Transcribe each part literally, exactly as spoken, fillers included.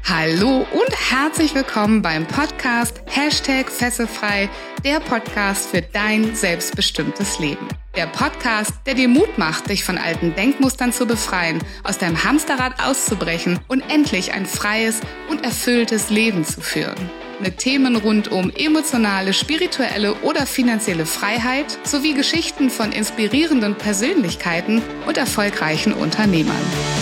Hallo und herzlich willkommen beim Podcast Hashtag Fesselfrei, der Podcast für dein selbstbestimmtes Leben. Der Podcast, der dir Mut macht, dich von alten Denkmustern zu befreien, aus deinem Hamsterrad auszubrechen und endlich ein freies und erfülltes Leben zu führen. Mit Themen rund um emotionale, spirituelle oder finanzielle Freiheit sowie Geschichten von inspirierenden Persönlichkeiten und erfolgreichen Unternehmern.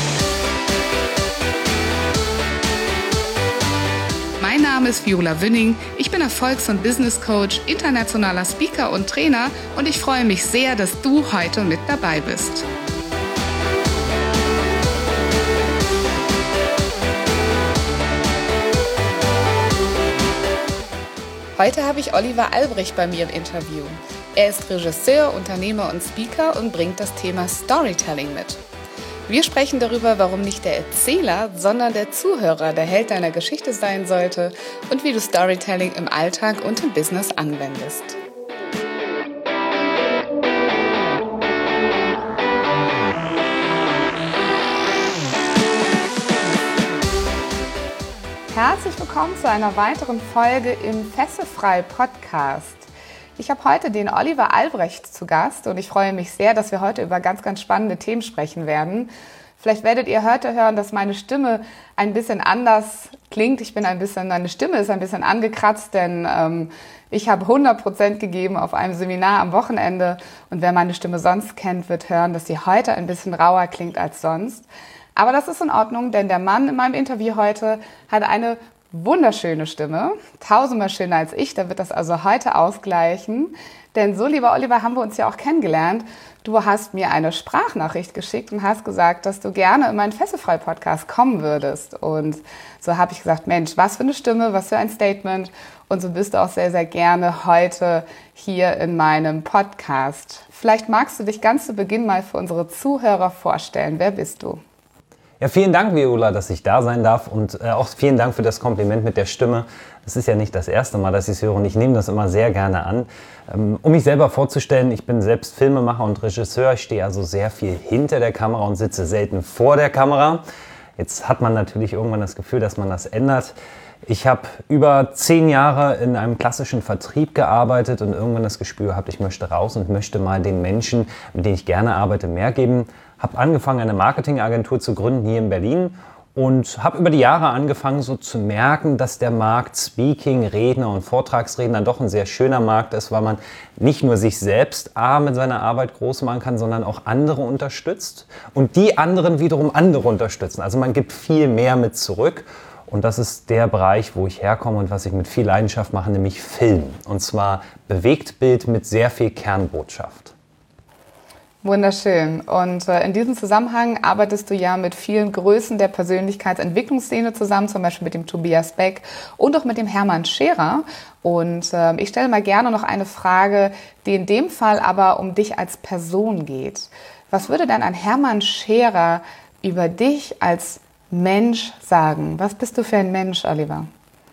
Mein Name ist Viola Wünning, ich bin Erfolgs- und Business Coach, internationaler Speaker und Trainer und ich freue mich sehr, dass du heute mit dabei bist. Heute habe ich Oliver Albrecht bei mir im Interview. Er ist Regisseur, Unternehmer und Speaker und bringt das Thema Storytelling mit. Wir sprechen darüber, warum nicht der Erzähler, sondern der Zuhörer der Held deiner Geschichte sein sollte und wie du Storytelling im Alltag und im Business anwendest. Herzlich willkommen zu einer weiteren Folge im Fesselfrei Podcast. Ich habe heute den Oliver Albrecht zu Gast und ich freue mich sehr, dass wir heute über ganz, ganz spannende Themen sprechen werden. Vielleicht werdet ihr heute hören, dass meine Stimme ein bisschen anders klingt. Ich bin ein bisschen, meine Stimme ist ein bisschen angekratzt, denn ähm, ich habe hundert Prozent gegeben auf einem Seminar am Wochenende und wer meine Stimme sonst kennt, wird hören, dass sie heute ein bisschen rauer klingt als sonst. Aber das ist in Ordnung, denn der Mann in meinem Interview heute hat eine wunderschöne Stimme, tausendmal schöner als ich, da wird das also heute ausgleichen. Denn so, lieber Oliver, haben wir uns ja auch kennengelernt. Du hast mir eine Sprachnachricht geschickt und hast gesagt, dass du gerne in meinen Fesselfrei-Podcast kommen würdest. Und so habe ich gesagt, Mensch, was für eine Stimme, was für ein Statement. Und so bist du auch sehr, sehr gerne heute hier in meinem Podcast. Vielleicht magst du dich ganz zu Beginn mal für unsere Zuhörer vorstellen. Wer bist du? Ja, vielen Dank, Viola, dass ich da sein darf und äh, auch vielen Dank für das Kompliment mit der Stimme. Es ist ja nicht das erste Mal, dass ich es höre und ich nehme das immer sehr gerne an. Ähm, um mich selber vorzustellen, ich bin selbst Filmemacher und Regisseur. Ich stehe also sehr viel hinter der Kamera und sitze selten vor der Kamera. Jetzt hat man natürlich irgendwann das Gefühl, dass man das ändert. Ich habe über zehn Jahre in einem klassischen Vertrieb gearbeitet und irgendwann das Gespür gehabt, ich möchte raus und möchte mal den Menschen, mit denen ich gerne arbeite, mehr geben. Habe angefangen, eine Marketingagentur zu gründen hier in Berlin und habe über die Jahre angefangen, so zu merken, dass der Markt Speaking, Redner und Vortragsredner doch ein sehr schöner Markt ist, weil man nicht nur sich selbst A, mit seiner Arbeit groß machen kann, sondern auch andere unterstützt und die anderen wiederum andere unterstützen. Also man gibt viel mehr mit zurück. Und das ist der Bereich, wo ich herkomme und was ich mit viel Leidenschaft mache, nämlich Film. Und zwar Bewegtbild mit sehr viel Kernbotschaft. Wunderschön. Und äh, in diesem Zusammenhang arbeitest du ja mit vielen Größen der Persönlichkeitsentwicklungsszene zusammen, zum Beispiel mit dem Tobias Beck und auch mit dem Hermann Scherer. Und äh, ich stelle mal gerne noch eine Frage, die in dem Fall aber um dich als Person geht. Was würde denn ein Hermann Scherer über dich als Mensch sagen? Was bist du für ein Mensch, Oliver?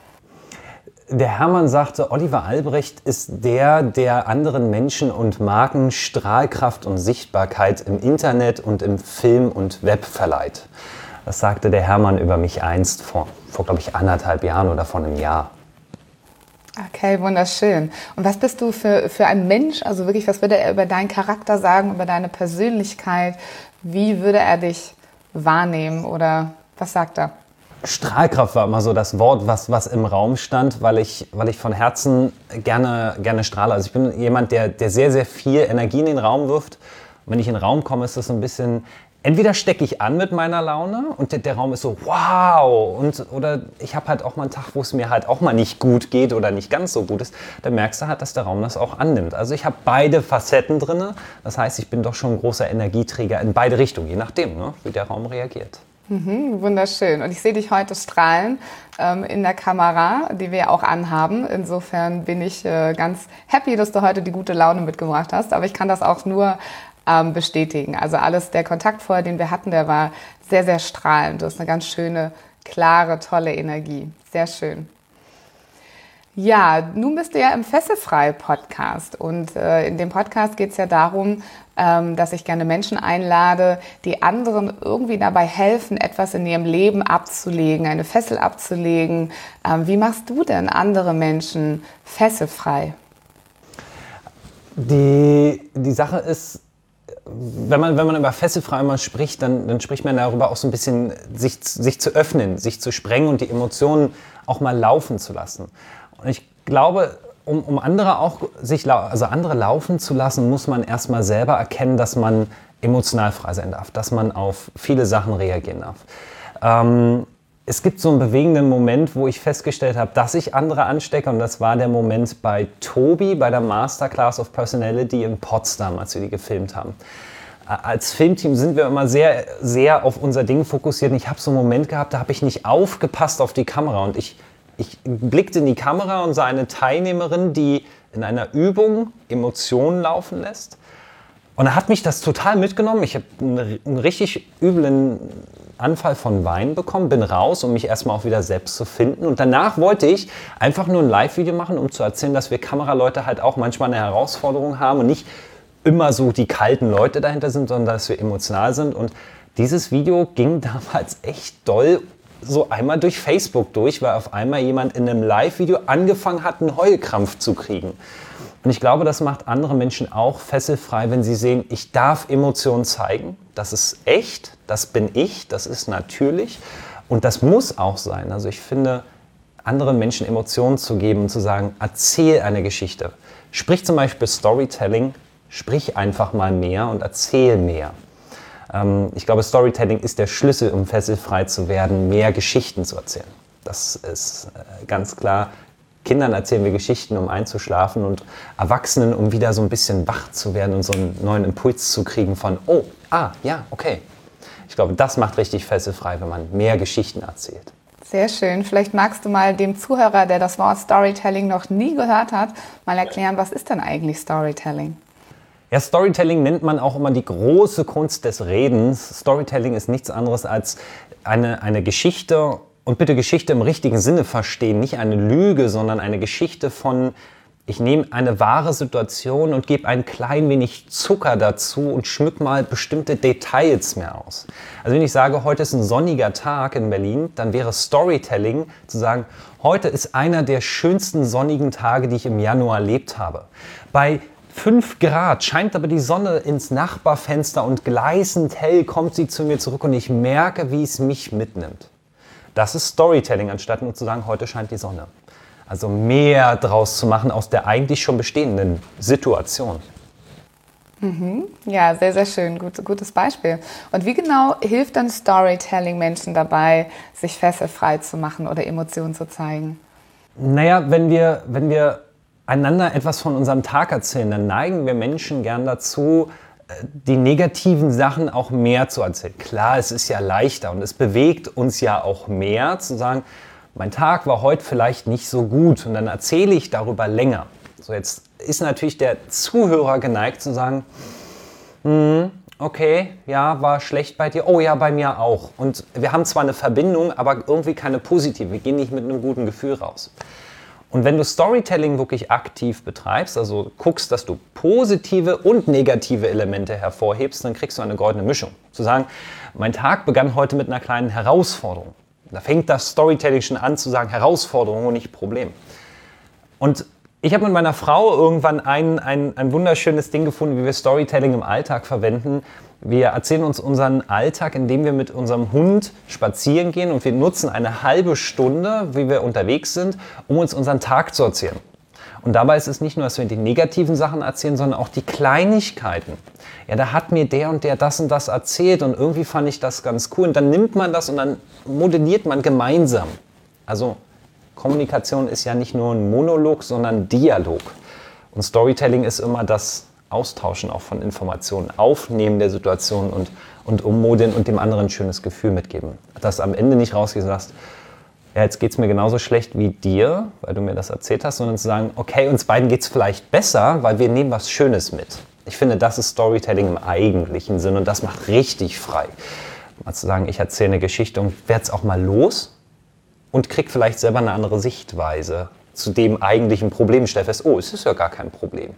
Der Hermann sagte, Oliver Albrecht ist der, der anderen Menschen und Marken Strahlkraft und Sichtbarkeit im Internet und im Film und Web verleiht. Das sagte der Hermann über mich einst vor, vor glaube ich, anderthalb Jahren oder vor einem Jahr. Okay, wunderschön. Und was bist du für, für ein Mensch? Also wirklich, was würde er über deinen Charakter sagen, über deine Persönlichkeit? Wie würde er dich wahrnehmen oder was sagt er? Strahlkraft war immer so das Wort, was, was im Raum stand, weil ich, weil ich von Herzen gerne, gerne strahle. Also ich bin jemand, der, der sehr, sehr viel Energie in den Raum wirft. Und wenn ich in den Raum komme, ist das so ein bisschen, entweder stecke ich an mit meiner Laune und der, der Raum ist so wow. Und, oder ich habe halt auch mal einen Tag, wo es mir halt auch mal nicht gut geht oder nicht ganz so gut ist. Da merkst du halt, dass der Raum das auch annimmt. Also ich habe beide Facetten drin. Das heißt, ich bin doch schon ein großer Energieträger in beide Richtungen, je nachdem, ne, wie der Raum reagiert. Mhm, wunderschön. Und ich sehe dich heute strahlen ähm, in der Kamera, die wir auch anhaben. Insofern bin ich äh, ganz happy, dass du heute die gute Laune mitgebracht hast. Aber ich kann das auch nur ähm, bestätigen. Also alles, der Kontakt vorher, den wir hatten, der war sehr, sehr strahlend. Du hast eine ganz schöne, klare, tolle Energie. Sehr schön. Ja, nun bist du ja im Fesselfrei-Podcast und äh, in dem Podcast geht es ja darum, ähm, dass ich gerne Menschen einlade, die anderen irgendwie dabei helfen, etwas in ihrem Leben abzulegen, eine Fessel abzulegen. Ähm, wie machst du denn andere Menschen fesselfrei? Die, die Sache ist, wenn man, wenn man über fesselfrei mal spricht, dann, dann spricht man darüber auch so ein bisschen, sich, sich zu öffnen, sich zu sprengen und die Emotionen auch mal laufen zu lassen. Und ich glaube, um, um andere auch sich, also andere laufen zu lassen, muss man erstmal selber erkennen, dass man emotional frei sein darf, dass man auf viele Sachen reagieren darf. Ähm, es gibt so einen bewegenden Moment, wo ich festgestellt habe, dass ich andere anstecke, und das war der Moment bei Tobi, bei der Masterclass of Personality in Potsdam, als wir die gefilmt haben. Als Filmteam sind wir immer sehr, sehr auf unser Ding fokussiert und ich habe so einen Moment gehabt, da habe ich nicht aufgepasst auf die Kamera und ich Ich blickte in die Kamera und sah eine Teilnehmerin, die in einer Übung Emotionen laufen lässt. Und da hat mich das total mitgenommen. Ich habe einen, einen richtig üblen Anfall von Wein bekommen, bin raus, um mich erstmal auch wieder selbst zu finden. Und danach wollte ich einfach nur ein Live-Video machen, um zu erzählen, dass wir Kameraleute halt auch manchmal eine Herausforderung haben und nicht immer so die kalten Leute dahinter sind, sondern dass wir emotional sind. Und dieses Video ging damals echt doll so einmal durch Facebook durch, weil auf einmal jemand in einem Live-Video angefangen hat, einen Heulkrampf zu kriegen. Und ich glaube, das macht andere Menschen auch fesselfrei, wenn sie sehen, ich darf Emotionen zeigen. Das ist echt, das bin ich, das ist natürlich und das muss auch sein. Also ich finde, anderen Menschen Emotionen zu geben und zu sagen, erzähl eine Geschichte. Sprich zum Beispiel Storytelling, sprich einfach mal mehr und erzähl mehr. Ich glaube, Storytelling ist der Schlüssel, um fesselfrei zu werden, mehr Geschichten zu erzählen. Das ist ganz klar. Kindern erzählen wir Geschichten, um einzuschlafen und Erwachsenen, um wieder so ein bisschen wach zu werden und so einen neuen Impuls zu kriegen von, oh, ah, ja, okay. Ich glaube, das macht richtig fesselfrei, wenn man mehr Geschichten erzählt. Sehr schön. Vielleicht magst du mal dem Zuhörer, der das Wort Storytelling noch nie gehört hat, mal erklären, was ist denn eigentlich Storytelling? Ja, Storytelling nennt man auch immer die große Kunst des Redens. Storytelling ist nichts anderes als eine, eine Geschichte, und bitte Geschichte im richtigen Sinne verstehen, nicht eine Lüge, sondern eine Geschichte von, ich nehme eine wahre Situation und gebe ein klein wenig Zucker dazu und schmück mal bestimmte Details mehr aus. Also wenn ich sage, heute ist ein sonniger Tag in Berlin, dann wäre Storytelling zu sagen, heute ist einer der schönsten sonnigen Tage, die ich im Januar erlebt habe. Bei fünf Grad scheint aber die Sonne ins Nachbarfenster und gleißend hell kommt sie zu mir zurück und ich merke, wie es mich mitnimmt. Das ist Storytelling, anstatt nur zu sagen, heute scheint die Sonne. Also mehr draus zu machen aus der eigentlich schon bestehenden Situation. Mhm. Ja, sehr, sehr schön. Gut, gutes Beispiel. Und wie genau hilft dann Storytelling Menschen dabei, sich fesselfrei zu machen oder Emotionen zu zeigen? Naja, wenn wir, wenn wir einander etwas von unserem Tag erzählen, dann neigen wir Menschen gern dazu, die negativen Sachen auch mehr zu erzählen. Klar, es ist ja leichter und es bewegt uns ja auch mehr zu sagen, mein Tag war heute vielleicht nicht so gut und dann erzähle ich darüber länger. So, jetzt ist natürlich der Zuhörer geneigt zu sagen, hm, okay, ja, war schlecht bei dir, oh ja, bei mir auch. Und wir haben zwar eine Verbindung, aber irgendwie keine positive, wir gehen nicht mit einem guten Gefühl raus. Und wenn du Storytelling wirklich aktiv betreibst, also guckst, dass du positive und negative Elemente hervorhebst, dann kriegst du eine goldene Mischung. Zu sagen, mein Tag begann heute mit einer kleinen Herausforderung. Da fängt das Storytelling schon an zu sagen, Herausforderung und nicht Problem. Und ich habe mit meiner Frau irgendwann ein, ein, ein wunderschönes Ding gefunden, wie wir Storytelling im Alltag verwenden. Wir erzählen uns unseren Alltag, indem wir mit unserem Hund spazieren gehen und wir nutzen eine halbe Stunde, wie wir unterwegs sind, um uns unseren Tag zu erzählen. Und dabei ist es nicht nur, dass wir die negativen Sachen erzählen, sondern auch die Kleinigkeiten. Ja, da hat mir der und der das und das erzählt und irgendwie fand ich das ganz cool. Und dann nimmt man das und dann modelliert man gemeinsam. Also Kommunikation ist ja nicht nur ein Monolog, sondern Dialog. Und Storytelling ist immer das Austauschen auch von Informationen, Aufnehmen der Situation und, und ummodeln und dem anderen ein schönes Gefühl mitgeben. Dass am Ende nicht rausgehst und sagst, ja, jetzt geht es mir genauso schlecht wie dir, weil du mir das erzählt hast, sondern zu sagen, okay, uns beiden geht es vielleicht besser, weil wir nehmen was Schönes mit. Ich finde, das ist Storytelling im eigentlichen Sinn und das macht richtig frei. Mal zu sagen, ich erzähle eine Geschichte und werde es auch mal los und krieg vielleicht selber eine andere Sichtweise zu dem eigentlichen Problem stellst fest, oh, es ist ja gar kein Problem.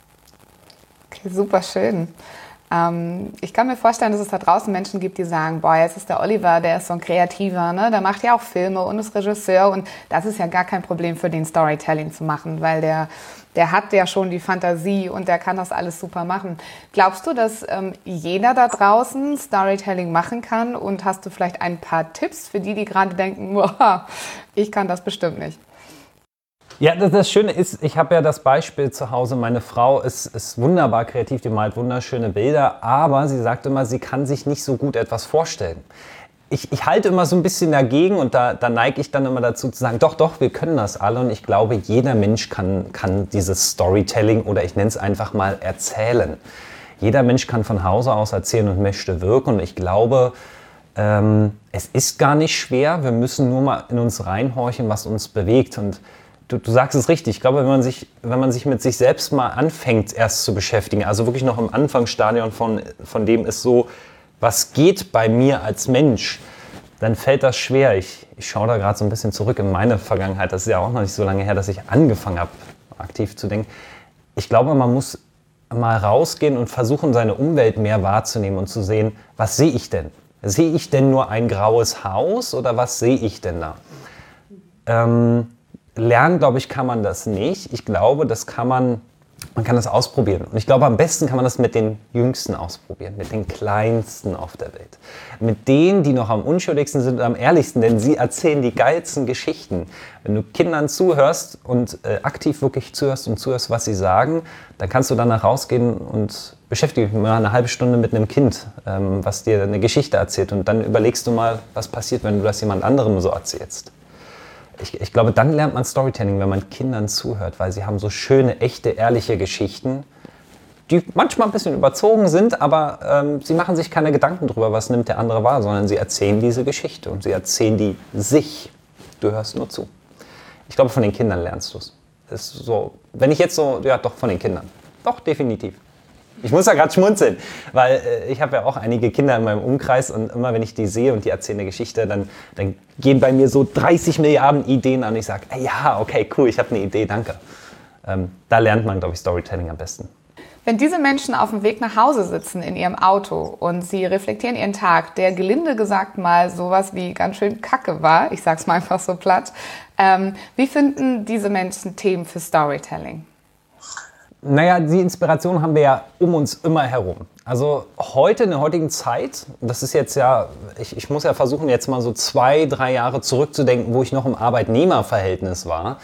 Okay, super schön. Ähm, ich kann mir vorstellen, dass es da draußen Menschen gibt, die sagen, boah, jetzt ist der Oliver, der ist so ein Kreativer, ne? Der macht ja auch Filme und ist Regisseur und das ist ja gar kein Problem für den Storytelling zu machen, weil der, der hat ja schon die Fantasie und der kann das alles super machen. Glaubst du, dass ähm, jeder da draußen Storytelling machen kann und hast du vielleicht ein paar Tipps für die, die gerade denken, boah, ich kann das bestimmt nicht? Ja, das, das Schöne ist, ich habe ja das Beispiel zu Hause, meine Frau ist, ist wunderbar kreativ, die malt wunderschöne Bilder, aber sie sagt immer, sie kann sich nicht so gut etwas vorstellen. Ich, ich halte immer so ein bisschen dagegen und da, da neige ich dann immer dazu zu sagen, doch, doch, wir können das alle und ich glaube, jeder Mensch kann, kann dieses Storytelling oder ich nenne es einfach mal erzählen. Jeder Mensch kann von Hause aus erzählen und möchte wirken und ich glaube, ähm, es ist gar nicht schwer, wir müssen nur mal in uns reinhorchen, was uns bewegt und Du, du sagst es richtig, ich glaube, wenn man, sich, wenn man sich mit sich selbst mal anfängt erst zu beschäftigen, also wirklich noch im Anfangsstadion von, von dem ist so, was geht bei mir als Mensch, dann fällt das schwer. Ich, ich schaue da gerade so ein bisschen zurück in meine Vergangenheit, das ist ja auch noch nicht so lange her, dass ich angefangen habe, aktiv zu denken. Ich glaube, man muss mal rausgehen und versuchen, seine Umwelt mehr wahrzunehmen und zu sehen, was sehe ich denn? Sehe ich denn nur ein graues Haus oder was sehe ich denn da? Ähm, Lernen, glaube ich, kann man das nicht. Ich glaube, das kann man, man kann das ausprobieren. Und ich glaube, am besten kann man das mit den Jüngsten ausprobieren, mit den Kleinsten auf der Welt. Mit denen, die noch am unschuldigsten sind und am ehrlichsten, denn sie erzählen die geilsten Geschichten. Wenn du Kindern zuhörst und äh, aktiv wirklich zuhörst und zuhörst, was sie sagen, dann kannst du danach rausgehen und beschäftige dich mal eine halbe Stunde mit einem Kind, ähm, was dir eine Geschichte erzählt. Und dann überlegst du mal, was passiert, wenn du das jemand anderem so erzählst. Ich, ich glaube, dann lernt man Storytelling, wenn man Kindern zuhört, weil sie haben so schöne, echte, ehrliche Geschichten, die manchmal ein bisschen überzogen sind, aber ähm, sie machen sich keine Gedanken darüber, was nimmt der andere wahr, sondern sie erzählen diese Geschichte und sie erzählen die sich. Du hörst nur zu. Ich glaube, von den Kindern lernst du es. So, wenn ich jetzt so, ja doch, von den Kindern. Doch, definitiv. Ich muss ja gerade schmunzeln, weil äh, ich habe ja auch einige Kinder in meinem Umkreis und immer wenn ich die sehe und die erzählen eine Geschichte, dann, dann gehen bei mir so dreißig Milliarden Ideen an und ich sage, hey, ja, okay, cool, ich habe eine Idee, danke. Ähm, da lernt man, glaube ich, Storytelling am besten. Wenn diese Menschen auf dem Weg nach Hause sitzen in ihrem Auto und sie reflektieren ihren Tag, der gelinde gesagt mal sowas wie ganz schön Kacke war, ich sag's mal einfach so platt, ähm, wie finden diese Menschen Themen für Storytelling? Naja, die Inspiration haben wir ja um uns immer herum. Also heute, in der heutigen Zeit, das ist jetzt ja, ich, ich muss ja versuchen, jetzt mal so zwei, drei Jahre zurückzudenken, wo ich noch im Arbeitnehmerverhältnis war.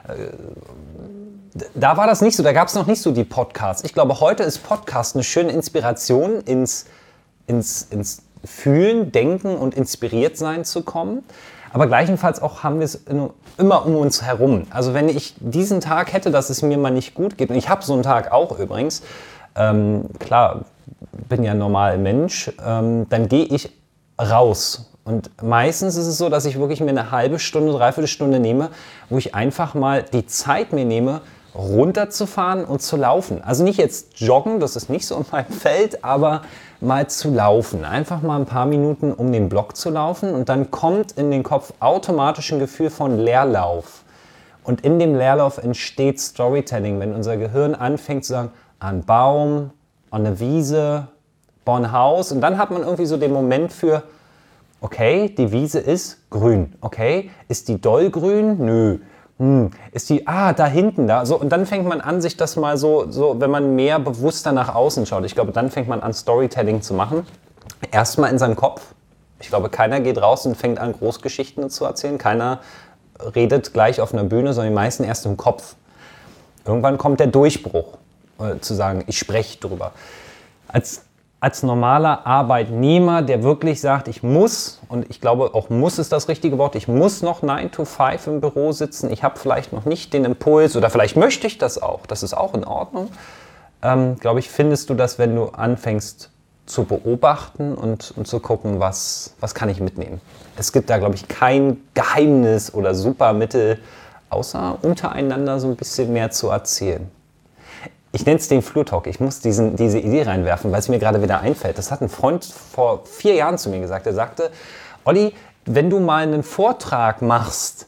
Da war das nicht so, da gab es noch nicht so die Podcasts. Ich glaube, heute ist Podcast eine schöne Inspiration, ins, ins, ins Fühlen, Denken und inspiriert sein zu kommen. Aber gleichenfalls auch haben wir es in, immer um uns herum. Also wenn ich diesen Tag hätte, dass es mir mal nicht gut geht, und ich habe so einen Tag auch übrigens, ähm, klar, bin ja normal Mensch, ähm, dann gehe ich raus. Und meistens ist es so, dass ich wirklich mir eine halbe Stunde, dreiviertel Stunde nehme, wo ich einfach mal die Zeit mir nehme, runterzufahren und zu laufen. Also nicht jetzt joggen, das ist nicht so in meinem Feld, aber mal zu laufen. Einfach mal ein paar Minuten um den Block zu laufen und dann kommt in den Kopf automatisch ein Gefühl von Leerlauf. Und in dem Leerlauf entsteht Storytelling, wenn unser Gehirn anfängt zu sagen, ein Baum, eine Wiese, ein Haus und dann hat man irgendwie so den Moment für, okay, die Wiese ist grün, okay, ist die dollgrün? Nö. Hm, ist die, ah, da hinten, da, so, und dann fängt man an, sich das mal so, so, wenn man mehr bewusster nach außen schaut, ich glaube, dann fängt man an, Storytelling zu machen. Erstmal in seinem Kopf. Ich glaube, keiner geht raus und fängt an, Großgeschichten zu erzählen. Keiner redet gleich auf einer Bühne, sondern die meisten erst im Kopf. Irgendwann kommt der Durchbruch, äh, zu sagen, ich spreche drüber. Als Als normaler Arbeitnehmer, der wirklich sagt, ich muss, und ich glaube auch muss ist das richtige Wort, ich muss noch nine to five im Büro sitzen, ich habe vielleicht noch nicht den Impuls oder vielleicht möchte ich das auch, das ist auch in Ordnung, ähm, glaube ich, findest du das, wenn du anfängst zu beobachten und, und zu gucken, was, was kann ich mitnehmen. Es gibt da, glaube ich, kein Geheimnis oder Supermittel, außer untereinander so ein bisschen mehr zu erzählen. Ich nenne es den Flurtalk. Ich muss diesen, diese Idee reinwerfen, weil es mir gerade wieder einfällt. Das hat ein Freund vor vier Jahren zu mir gesagt. Er sagte, Olli, wenn du mal einen Vortrag machst,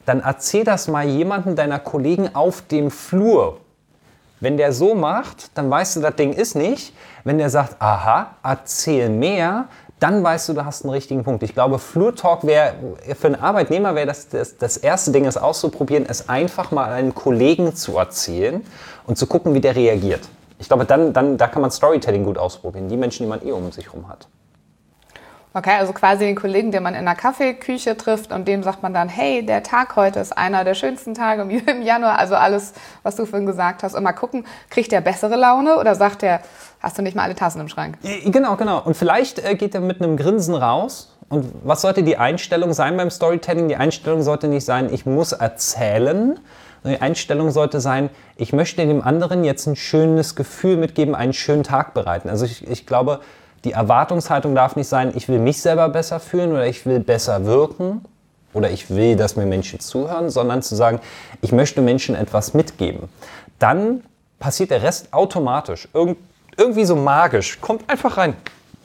dann erzähl das mal jemandem deiner Kollegen auf dem Flur. Wenn der so macht, dann weißt du, das Ding ist nicht. Wenn der sagt, aha, erzähl mehr, dann weißt du, du hast einen richtigen Punkt. Ich glaube, Flurtalk wäre, für einen Arbeitnehmer wäre das, das das erste Ding, es auszuprobieren, es einfach mal einem Kollegen zu erzählen und zu gucken, wie der reagiert. Ich glaube, dann, dann, da kann man Storytelling gut ausprobieren, die Menschen, die man eh um sich herum hat. Okay, also quasi den Kollegen, den man in der Kaffeeküche trifft und dem sagt man dann, hey, der Tag heute ist einer der schönsten Tage im Januar, also alles, was du vorhin gesagt hast. Und mal gucken, kriegt der bessere Laune oder sagt der, hast du nicht mal alle Tassen im Schrank? Genau, genau. Und vielleicht äh, geht er mit einem Grinsen raus. Und was sollte die Einstellung sein beim Storytelling? Die Einstellung sollte nicht sein, ich muss erzählen. Die Einstellung sollte sein, ich möchte dem anderen jetzt ein schönes Gefühl mitgeben, einen schönen Tag bereiten. Also ich, ich glaube, die Erwartungshaltung darf nicht sein, ich will mich selber besser fühlen oder ich will besser wirken oder ich will, dass mir Menschen zuhören, sondern zu sagen, ich möchte Menschen etwas mitgeben. Dann passiert der Rest automatisch, Irgend, irgendwie so magisch, kommt einfach rein.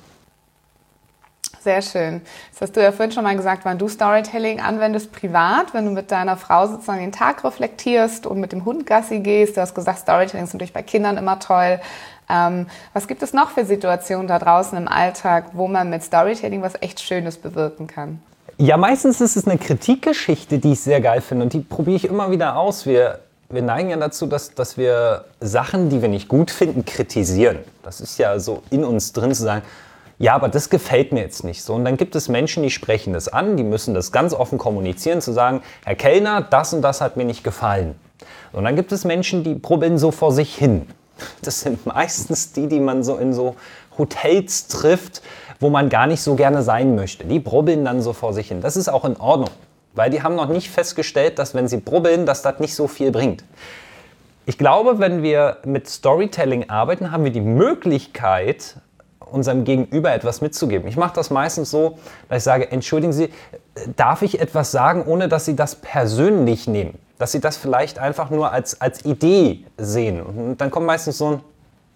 Sehr schön. Das hast du ja vorhin schon mal gesagt, wann du Storytelling anwendest privat, wenn du mit deiner Frau sozusagen den Tag reflektierst und mit dem Hund Gassi gehst. Du hast gesagt, Storytelling ist natürlich bei Kindern immer toll. Ähm, was gibt es noch für Situationen da draußen im Alltag, wo man mit Storytelling was echt Schönes bewirken kann? Ja, meistens ist es eine Kritikgeschichte, die ich sehr geil finde und die probiere ich immer wieder aus. Wir, wir neigen ja dazu, dass, dass wir Sachen, die wir nicht gut finden, kritisieren. Das ist ja so in uns drin zu sagen, ja, aber das gefällt mir jetzt nicht so. Und dann gibt es Menschen, die sprechen das an, die müssen das ganz offen kommunizieren, zu sagen, Herr Kellner, das und das hat mir nicht gefallen. Und dann gibt es Menschen, die brubbeln so vor sich hin. Das sind meistens die, die man so in so Hotels trifft, wo man gar nicht so gerne sein möchte. Die brubbeln dann so vor sich hin. Das ist auch in Ordnung, weil die haben noch nicht festgestellt, dass wenn sie brubbeln, dass das nicht so viel bringt. Ich glaube, wenn wir mit Storytelling arbeiten, haben wir die Möglichkeit, unserem Gegenüber etwas mitzugeben. Ich mache das meistens so, dass ich sage, entschuldigen Sie, darf ich etwas sagen, ohne dass Sie das persönlich nehmen? Dass Sie das vielleicht einfach nur als, als Idee sehen. Und dann kommt meistens so ein,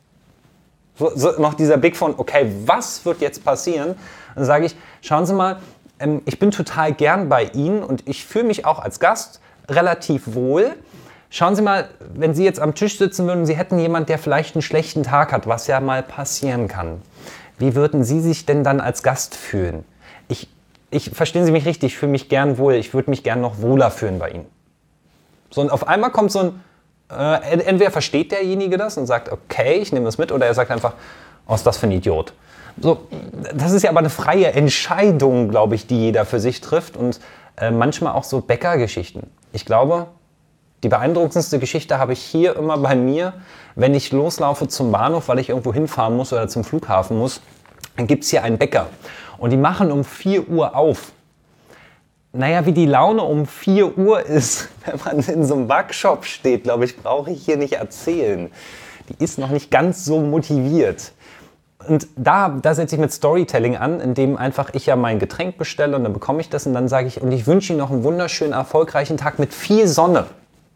so, so noch dieser Blick von, okay, was wird jetzt passieren? Dann sage ich, schauen Sie mal, ähm, ich bin total gern bei Ihnen und ich fühle mich auch als Gast relativ wohl. Schauen Sie mal, wenn Sie jetzt am Tisch sitzen würden und Sie hätten jemanden, der vielleicht einen schlechten Tag hat, was ja mal passieren kann. Wie würden Sie sich denn dann als Gast fühlen? Ich, ich verstehen Sie mich richtig, ich fühle mich gern wohl, ich würde mich gern noch wohler fühlen bei Ihnen. So, und auf einmal kommt so ein, äh, entweder versteht derjenige das und sagt, okay, ich nehme das mit, oder er sagt einfach, was ist das für ein Idiot? So, das ist ja aber eine freie Entscheidung, glaube ich, die jeder für sich trifft und äh, manchmal auch so Bäckergeschichten. Ich glaube, die beeindruckendste Geschichte habe ich hier immer bei mir, wenn ich loslaufe zum Bahnhof, weil ich irgendwo hinfahren muss oder zum Flughafen muss, dann gibt es hier einen Bäcker und die machen um vier Uhr auf. Naja, wie die Laune um vier Uhr ist, wenn man in so einem Backshop steht, glaube ich, brauche ich hier nicht erzählen. Die ist noch nicht ganz so motiviert. Und da, da setze ich mit Storytelling an, indem einfach ich ja mein Getränk bestelle und dann bekomme ich das und dann sage ich, und ich wünsche Ihnen noch einen wunderschönen, erfolgreichen Tag mit viel Sonne.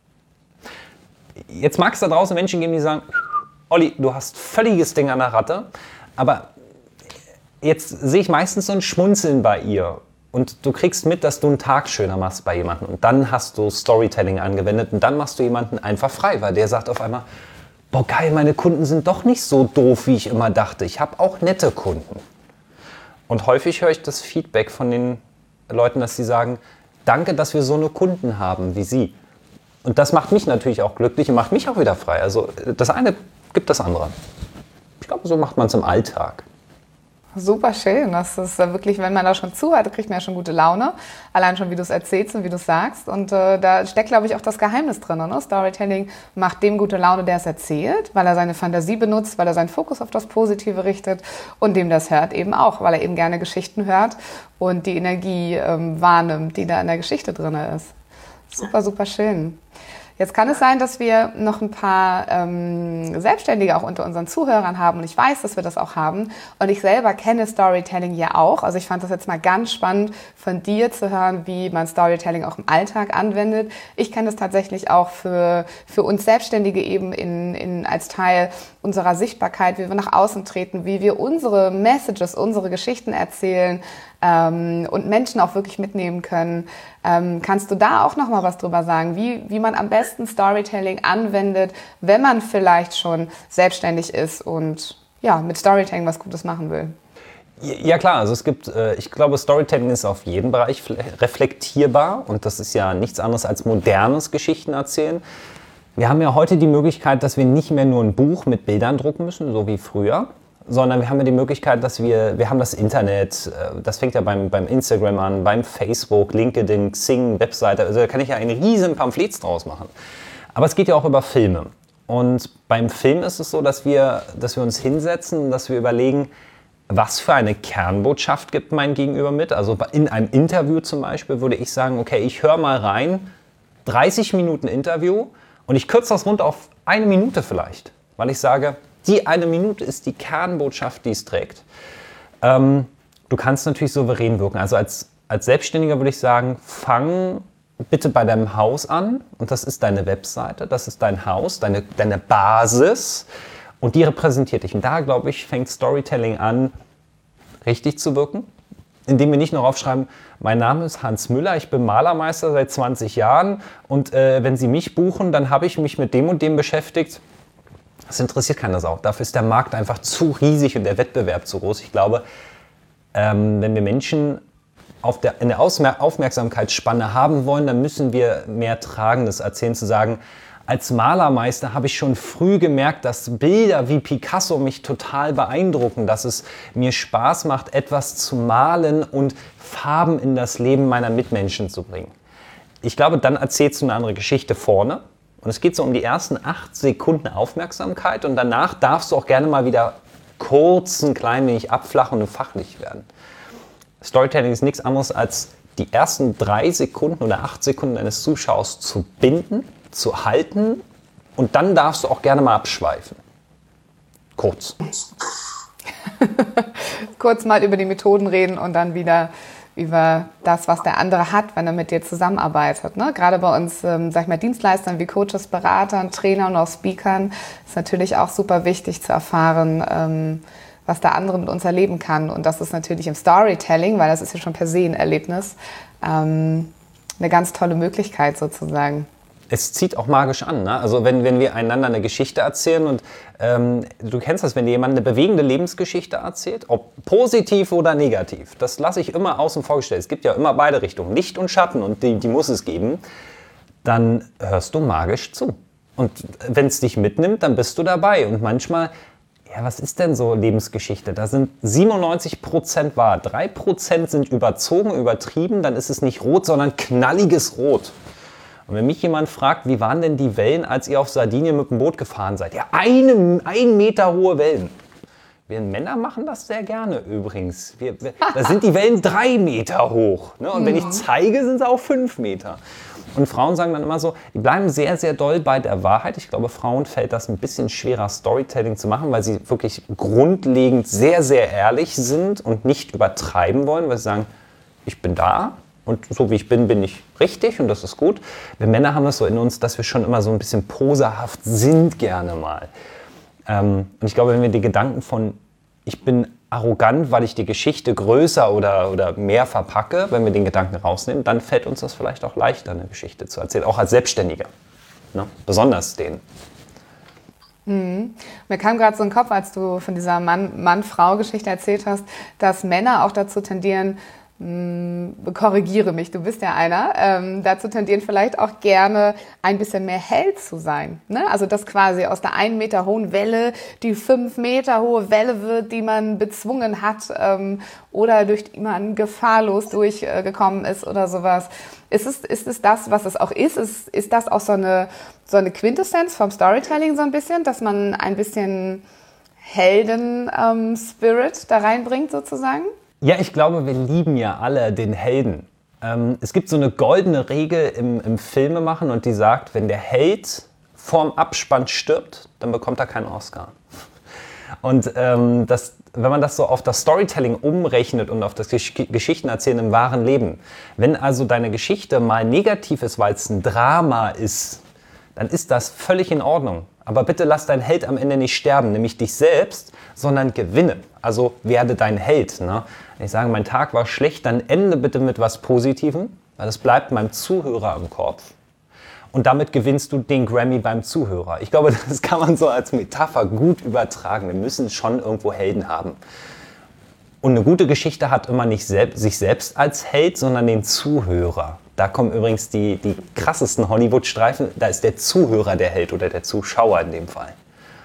Jetzt mag es da draußen Menschen geben, die sagen, Olli, du hast völliges Ding an der Ratte, aber jetzt sehe ich meistens so ein Schmunzeln bei ihr. Und du kriegst mit, dass du einen Tag schöner machst bei jemandem. Und dann hast du Storytelling angewendet und dann machst du jemanden einfach frei, weil der sagt auf einmal, boah geil, meine Kunden sind doch nicht so doof, wie ich immer dachte. Ich habe auch nette Kunden. Und häufig höre ich das Feedback von den Leuten, dass sie sagen, danke, dass wir so eine Kunden haben wie Sie. Und das macht mich natürlich auch glücklich und macht mich auch wieder frei. Also das eine gibt das andere. Ich glaube, so macht man es im Alltag. Super schön. Das ist wirklich, wenn man da schon zuhört, kriegt man ja schon gute Laune. Allein schon, wie du es erzählst und wie du es sagst. Und äh, da steckt, glaube ich, auch das Geheimnis drin. Ne? Storytelling macht dem gute Laune, der es erzählt, weil er seine Fantasie benutzt, weil er seinen Fokus auf das Positive richtet und dem das hört eben auch, weil er eben gerne Geschichten hört und die Energie ähm, wahrnimmt, die da in der Geschichte drin ist. Super, super schön. Jetzt kann es sein, dass wir noch ein paar ähm, Selbstständige auch unter unseren Zuhörern haben und ich weiß, dass wir das auch haben und ich selber kenne Storytelling ja auch. Also ich fand das jetzt mal ganz spannend von dir zu hören, wie man Storytelling auch im Alltag anwendet. Ich kenne das tatsächlich auch für, für uns Selbstständige eben in, in, als Teil unserer Sichtbarkeit, wie wir nach außen treten, wie wir unsere Messages, unsere Geschichten erzählen, ähm, und Menschen auch wirklich mitnehmen können. Ähm, kannst du da auch noch mal was drüber sagen, wie, wie man am besten Storytelling anwendet, wenn man vielleicht schon selbstständig ist und ja, mit Storytelling was Gutes machen will? Ja klar, also es gibt, ich glaube, Storytelling ist auf jeden Bereich reflektierbar und das ist ja nichts anderes als modernes Geschichtenerzählen. Wir haben ja heute die Möglichkeit, dass wir nicht mehr nur ein Buch mit Bildern drucken müssen, so wie früher, sondern wir haben ja die Möglichkeit, dass wir, wir haben das Internet, das fängt ja beim, beim Instagram an, beim Facebook, LinkedIn, Xing, Webseite, also da kann ich ja einen riesen Pamphlets draus machen. Aber es geht ja auch über Filme und beim Film ist es so, dass wir, dass wir uns hinsetzen, dass wir überlegen, was für eine Kernbotschaft gibt mein Gegenüber mit? Also in einem Interview zum Beispiel würde ich sagen, okay, ich höre mal rein, dreißig Minuten Interview und ich kürze das runter auf eine Minute vielleicht, weil ich sage, die eine Minute ist die Kernbotschaft, die es trägt. Ähm, du kannst natürlich souverän wirken. Also als, als Selbstständiger würde ich sagen, fang bitte bei deinem Haus an und das ist deine Webseite, das ist dein Haus, deine, deine Basis. Und die repräsentiert dich. Und da, glaube ich, fängt Storytelling an, richtig zu wirken, indem wir nicht nur aufschreiben, mein Name ist Hans Müller, ich bin Malermeister seit zwanzig Jahren und äh, wenn Sie mich buchen, dann habe ich mich mit dem und dem beschäftigt. Das interessiert keiner Sau. Dafür ist der Markt einfach zu riesig und der Wettbewerb zu groß. Ich glaube, ähm, wenn wir Menschen auf der, in der Ausmer- Aufmerksamkeitsspanne haben wollen, dann müssen wir mehr Tragendes erzählen, zu sagen, als Malermeister habe ich schon früh gemerkt, dass Bilder wie Picasso mich total beeindrucken, dass es mir Spaß macht, etwas zu malen und Farben in das Leben meiner Mitmenschen zu bringen. Ich glaube, dann erzählst du eine andere Geschichte vorne und es geht so um die ersten acht Sekunden Aufmerksamkeit und danach darfst du auch gerne mal wieder kurz ein klein wenig abflachen und fachlich werden. Storytelling ist nichts anderes als die ersten drei Sekunden oder acht Sekunden deines Zuschauers zu binden, zu halten und dann darfst du auch gerne mal abschweifen. Kurz. Kurz mal über die Methoden reden und dann wieder über das, was der andere hat, wenn er mit dir zusammenarbeitet. Ne? Gerade bei uns, ähm, sag ich mal, Dienstleistern wie Coaches, Beratern, Trainern und auch Speakern ist natürlich auch super wichtig zu erfahren, ähm, was der andere mit uns erleben kann. Und das ist natürlich im Storytelling, weil das ist ja schon per se ein Erlebnis, ähm, eine ganz tolle Möglichkeit sozusagen. Es zieht auch magisch an. Ne? Also wenn, wenn wir einander eine Geschichte erzählen und ähm, du kennst das, wenn dir jemand eine bewegende Lebensgeschichte erzählt, ob positiv oder negativ, das lasse ich immer außen vor gestellt. Es gibt ja immer beide Richtungen, Licht und Schatten und die, die muss es geben. Dann hörst du magisch zu. Und wenn es dich mitnimmt, dann bist du dabei. Und manchmal, ja, was ist denn so Lebensgeschichte? Da sind siebenundneunzig Prozent wahr, drei Prozent sind überzogen, übertrieben, dann ist es nicht rot, sondern knalliges Rot. Und wenn mich jemand fragt, wie waren denn die Wellen, als ihr auf Sardinien mit dem Boot gefahren seid? Ja, eine, ein Meter hohe Wellen. Wir Männer machen das sehr gerne übrigens. Wir, wir, da sind die Wellen drei Meter hoch. Ne? Und wenn ich zeige, sind sie auch fünf Meter. Und Frauen sagen dann immer so, die bleiben sehr, sehr doll bei der Wahrheit. Ich glaube, Frauen fällt das ein bisschen schwerer, Storytelling zu machen, weil sie wirklich grundlegend sehr, sehr ehrlich sind und nicht übertreiben wollen, weil sie sagen, ich bin da. Und so wie ich bin, bin ich richtig und das ist gut. Wir Männer haben das so in uns, dass wir schon immer so ein bisschen poserhaft sind gerne mal. Ähm, und ich glaube, wenn wir die Gedanken von ich bin arrogant, weil ich die Geschichte größer oder, oder mehr verpacke, wenn wir den Gedanken rausnehmen, dann fällt uns das vielleicht auch leichter, eine Geschichte zu erzählen, auch als Selbstständiger. Ne? Besonders denen. Mhm. Mir kam gerade so in den Kopf, als du von dieser Mann, Mann-Frau-Geschichte erzählt hast, dass Männer auch dazu tendieren, mh, korrigiere mich, du bist ja einer, ähm, dazu tendieren vielleicht auch gerne ein bisschen mehr Held zu sein. Ne? Also dass quasi aus der einen Meter hohen Welle die fünf Meter hohe Welle wird, die man bezwungen hat ähm, oder durch die man gefahrlos durchgekommen äh, ist oder sowas. Ist es, ist es das, was es auch ist? Ist, ist das auch so eine, so eine Quintessenz vom Storytelling so ein bisschen, dass man ein bisschen Helden-Spirit ähm, da reinbringt sozusagen? Ja, ich glaube, wir lieben ja alle den Helden. Ähm, es gibt so eine goldene Regel im, im Filmemachen und die sagt, wenn der Held vorm Abspann stirbt, dann bekommt er keinen Oscar. Und ähm, das, wenn man das so auf das Storytelling umrechnet und auf das Gesch- Geschichtenerzählen im wahren Leben, wenn also deine Geschichte mal negativ ist, weil es ein Drama ist, dann ist das völlig in Ordnung. Aber bitte lass dein Held am Ende nicht sterben, nämlich dich selbst, sondern gewinne. Also werde dein Held. Ne? Wenn ich sage, mein Tag war schlecht, dann ende bitte mit was Positivem, weil das bleibt meinem Zuhörer im Kopf. Und damit gewinnst du den Grammy beim Zuhörer. Ich glaube, das kann man so als Metapher gut übertragen. Wir müssen schon irgendwo Helden haben. Und eine gute Geschichte hat immer nicht selbst, sich selbst als Held, sondern den Zuhörer. Da kommen übrigens die, die krassesten Hollywood-Streifen. Da ist der Zuhörer der Held oder der Zuschauer in dem Fall.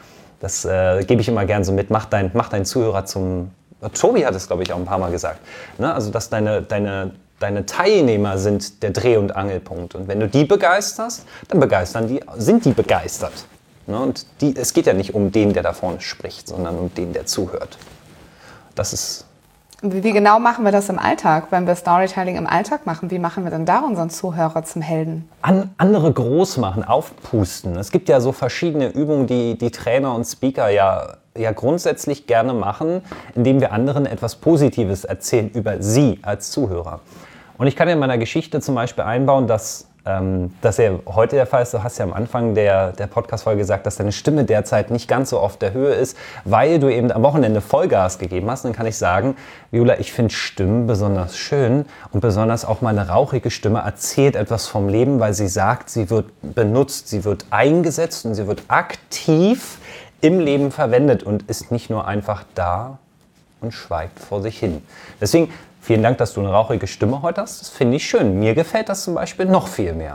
Das äh, gebe ich immer gern so mit. Mach, dein, mach deinen Zuhörer zum... Tobi hat es, glaube ich, auch ein paar Mal gesagt. Ne? Also, dass deine, deine, deine Teilnehmer sind der Dreh- und Angelpunkt. Und wenn du die begeisterst, dann begeistern die, sind die begeistert. Ne? Und die, es geht ja nicht um den, der da vorne spricht, sondern um den, der zuhört. Das ist... Wie genau machen wir das im Alltag, wenn wir Storytelling im Alltag machen? Wie machen wir denn da unseren Zuhörer zum Helden? An, andere groß machen, aufpusten. Es gibt ja so verschiedene Übungen, die die Trainer und Speaker ja, ja grundsätzlich gerne machen, indem wir anderen etwas Positives erzählen über sie als Zuhörer. Und ich kann in meiner Geschichte zum Beispiel einbauen, dass ähm, das ja heute der Fall ist. Du hast ja am Anfang der, der Podcast-Folge gesagt, dass deine Stimme derzeit nicht ganz so auf der Höhe ist, weil du eben am Wochenende Vollgas gegeben hast. Und dann kann ich sagen, Viola, ich finde Stimmen besonders schön und besonders auch meine rauchige Stimme erzählt etwas vom Leben, weil sie sagt, sie wird benutzt, sie wird eingesetzt und sie wird aktiv im Leben verwendet und ist nicht nur einfach da und schweigt vor sich hin. Deswegen vielen Dank, dass du eine rauchige Stimme heute hast. Das finde ich schön. Mir gefällt das zum Beispiel noch viel mehr.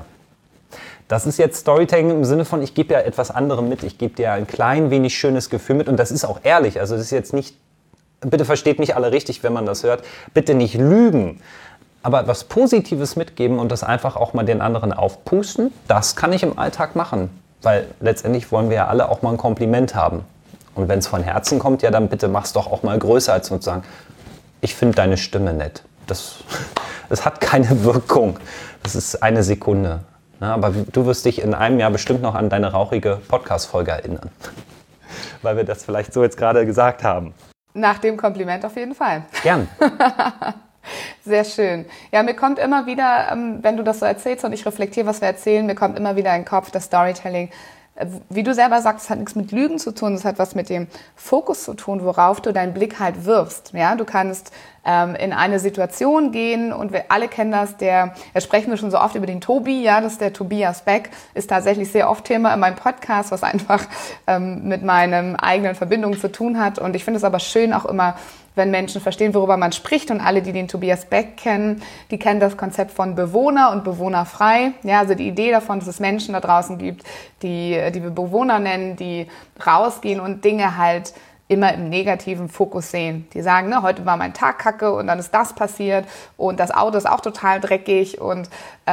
Das ist jetzt Storytelling im Sinne von, ich gebe ja etwas anderem mit. Ich gebe dir ein klein wenig schönes Gefühl mit. Und das ist auch ehrlich. Also das ist jetzt nicht, bitte versteht mich alle richtig, wenn man das hört. Bitte nicht lügen. Aber etwas Positives mitgeben und das einfach auch mal den anderen aufpusten, das kann ich im Alltag machen. Weil letztendlich wollen wir ja alle auch mal ein Kompliment haben. Und wenn es von Herzen kommt, ja dann bitte mach's doch auch mal größer als nur zu sagen, ich finde deine Stimme nett. Das, das hat keine Wirkung. Das ist eine Sekunde. Ja, aber du wirst dich in einem Jahr bestimmt noch an deine rauchige Podcast-Folge erinnern. Weil wir das vielleicht so jetzt gerade gesagt haben. Nach dem Kompliment auf jeden Fall. Gern. Sehr schön. Ja, mir kommt immer wieder, wenn du das so erzählst und ich reflektiere, was wir erzählen, mir kommt immer wieder in den Kopf, dass Storytelling, wie du selber sagst, es hat nichts mit Lügen zu tun, es hat was mit dem Fokus zu tun, worauf du deinen Blick halt wirfst. Ja, du kannst ähm, in eine Situation gehen und wir alle kennen das, der, da sprechen wir schon so oft über den Tobi, ja, das ist der Tobias Beck, ist tatsächlich sehr oft Thema in meinem Podcast, was einfach ähm, mit meinen eigenen Verbindungen zu tun hat. Und ich finde es aber schön auch immer, wenn Menschen verstehen, worüber man spricht. Und alle, die den Tobias Beck kennen, die kennen das Konzept von Bewohner und bewohnerfrei. Ja, also die Idee davon, dass es Menschen da draußen gibt, die, die wir Bewohner nennen, die rausgehen und Dinge halt immer im negativen Fokus sehen. Die sagen, ne, heute war mein Tag kacke und dann ist das passiert und das Auto ist auch total dreckig und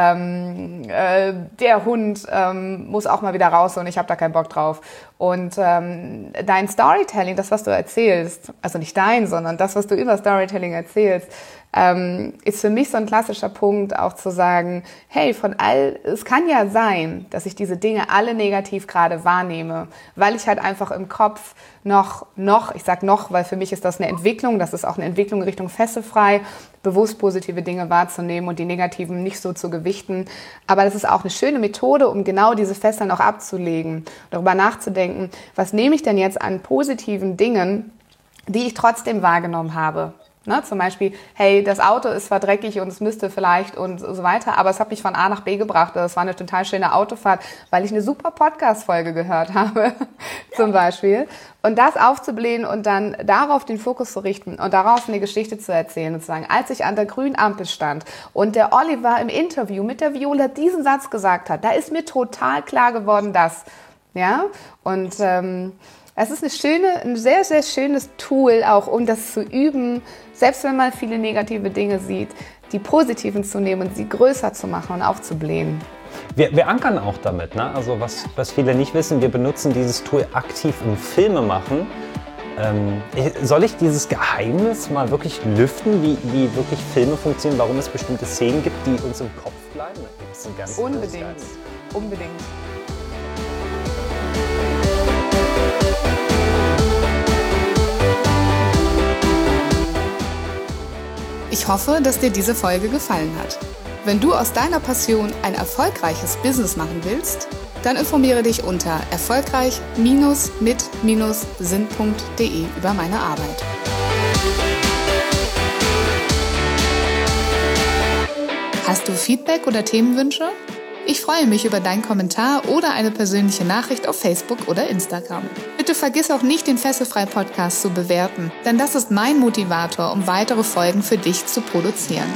ähm, äh, der Hund ähm, muss auch mal wieder raus und ich habe da keinen Bock drauf. Und ähm, dein Storytelling, das, was du erzählst, also nicht dein, sondern das, was du über Storytelling erzählst, ähm, ist für mich so ein klassischer Punkt, auch zu sagen, hey, von all, es kann ja sein, dass ich diese Dinge alle negativ gerade wahrnehme, weil ich halt einfach im Kopf noch, noch, ich sag noch, weil für mich ist das eine Entwicklung, das ist auch eine Entwicklung Richtung fesselfrei, bewusst positive Dinge wahrzunehmen und die negativen nicht so zu gewichten. Aber das ist auch eine schöne Methode, um genau diese Fesseln auch abzulegen, darüber nachzudenken, was nehme ich denn jetzt an positiven Dingen, die ich trotzdem wahrgenommen habe. Ne, zum Beispiel, hey, das Auto ist zwar dreckig und es müsste vielleicht und so weiter, aber es hat mich von A nach B gebracht. Das war eine total schöne Autofahrt, weil ich eine super Podcast-Folge gehört habe, zum Beispiel. Und das aufzublähen und dann darauf den Fokus zu richten und darauf eine Geschichte zu erzählen und zu sagen, als ich an der grünen Ampel stand und der Oliver im Interview mit der Viola diesen Satz gesagt hat, da ist mir total klar geworden, dass, ja, und ähm, es ist eine schöne, ein sehr, sehr schönes Tool, auch um das zu üben, selbst wenn man viele negative Dinge sieht, die positiven zu nehmen und sie größer zu machen und aufzublähen. Wir, wir ankern auch damit, ne? Also was, was viele nicht wissen, wir benutzen dieses Tool aktiv im Filmemachen. Ähm, soll ich dieses Geheimnis mal wirklich lüften, wie, wie wirklich Filme funktionieren, warum es bestimmte Szenen gibt, die uns im Kopf bleiben? Das ist ein ganz Unbedingt, unbedingt. Ich hoffe, dass dir diese Folge gefallen hat. Wenn du aus deiner Passion ein erfolgreiches Business machen willst, Dann informiere dich unter erfolgreich mit sinn punkt de über meine Arbeit. Hast du Feedback oder Themenwünsche? Ich freue mich über deinen Kommentar oder eine persönliche Nachricht auf Facebook oder Instagram. Bitte vergiss auch nicht, den Fesselfrei-Podcast zu bewerten, denn das ist mein Motivator, um weitere Folgen für dich zu produzieren.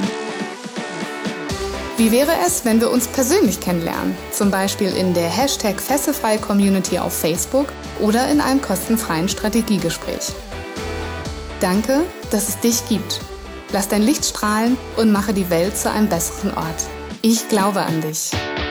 Wie wäre es, wenn wir uns persönlich kennenlernen? Zum Beispiel in der Hashtag Fesselfrei-Community auf Facebook oder in einem kostenfreien Strategiegespräch. Danke, dass es dich gibt. Lass dein Licht strahlen und mache die Welt zu einem besseren Ort. Ich glaube an dich.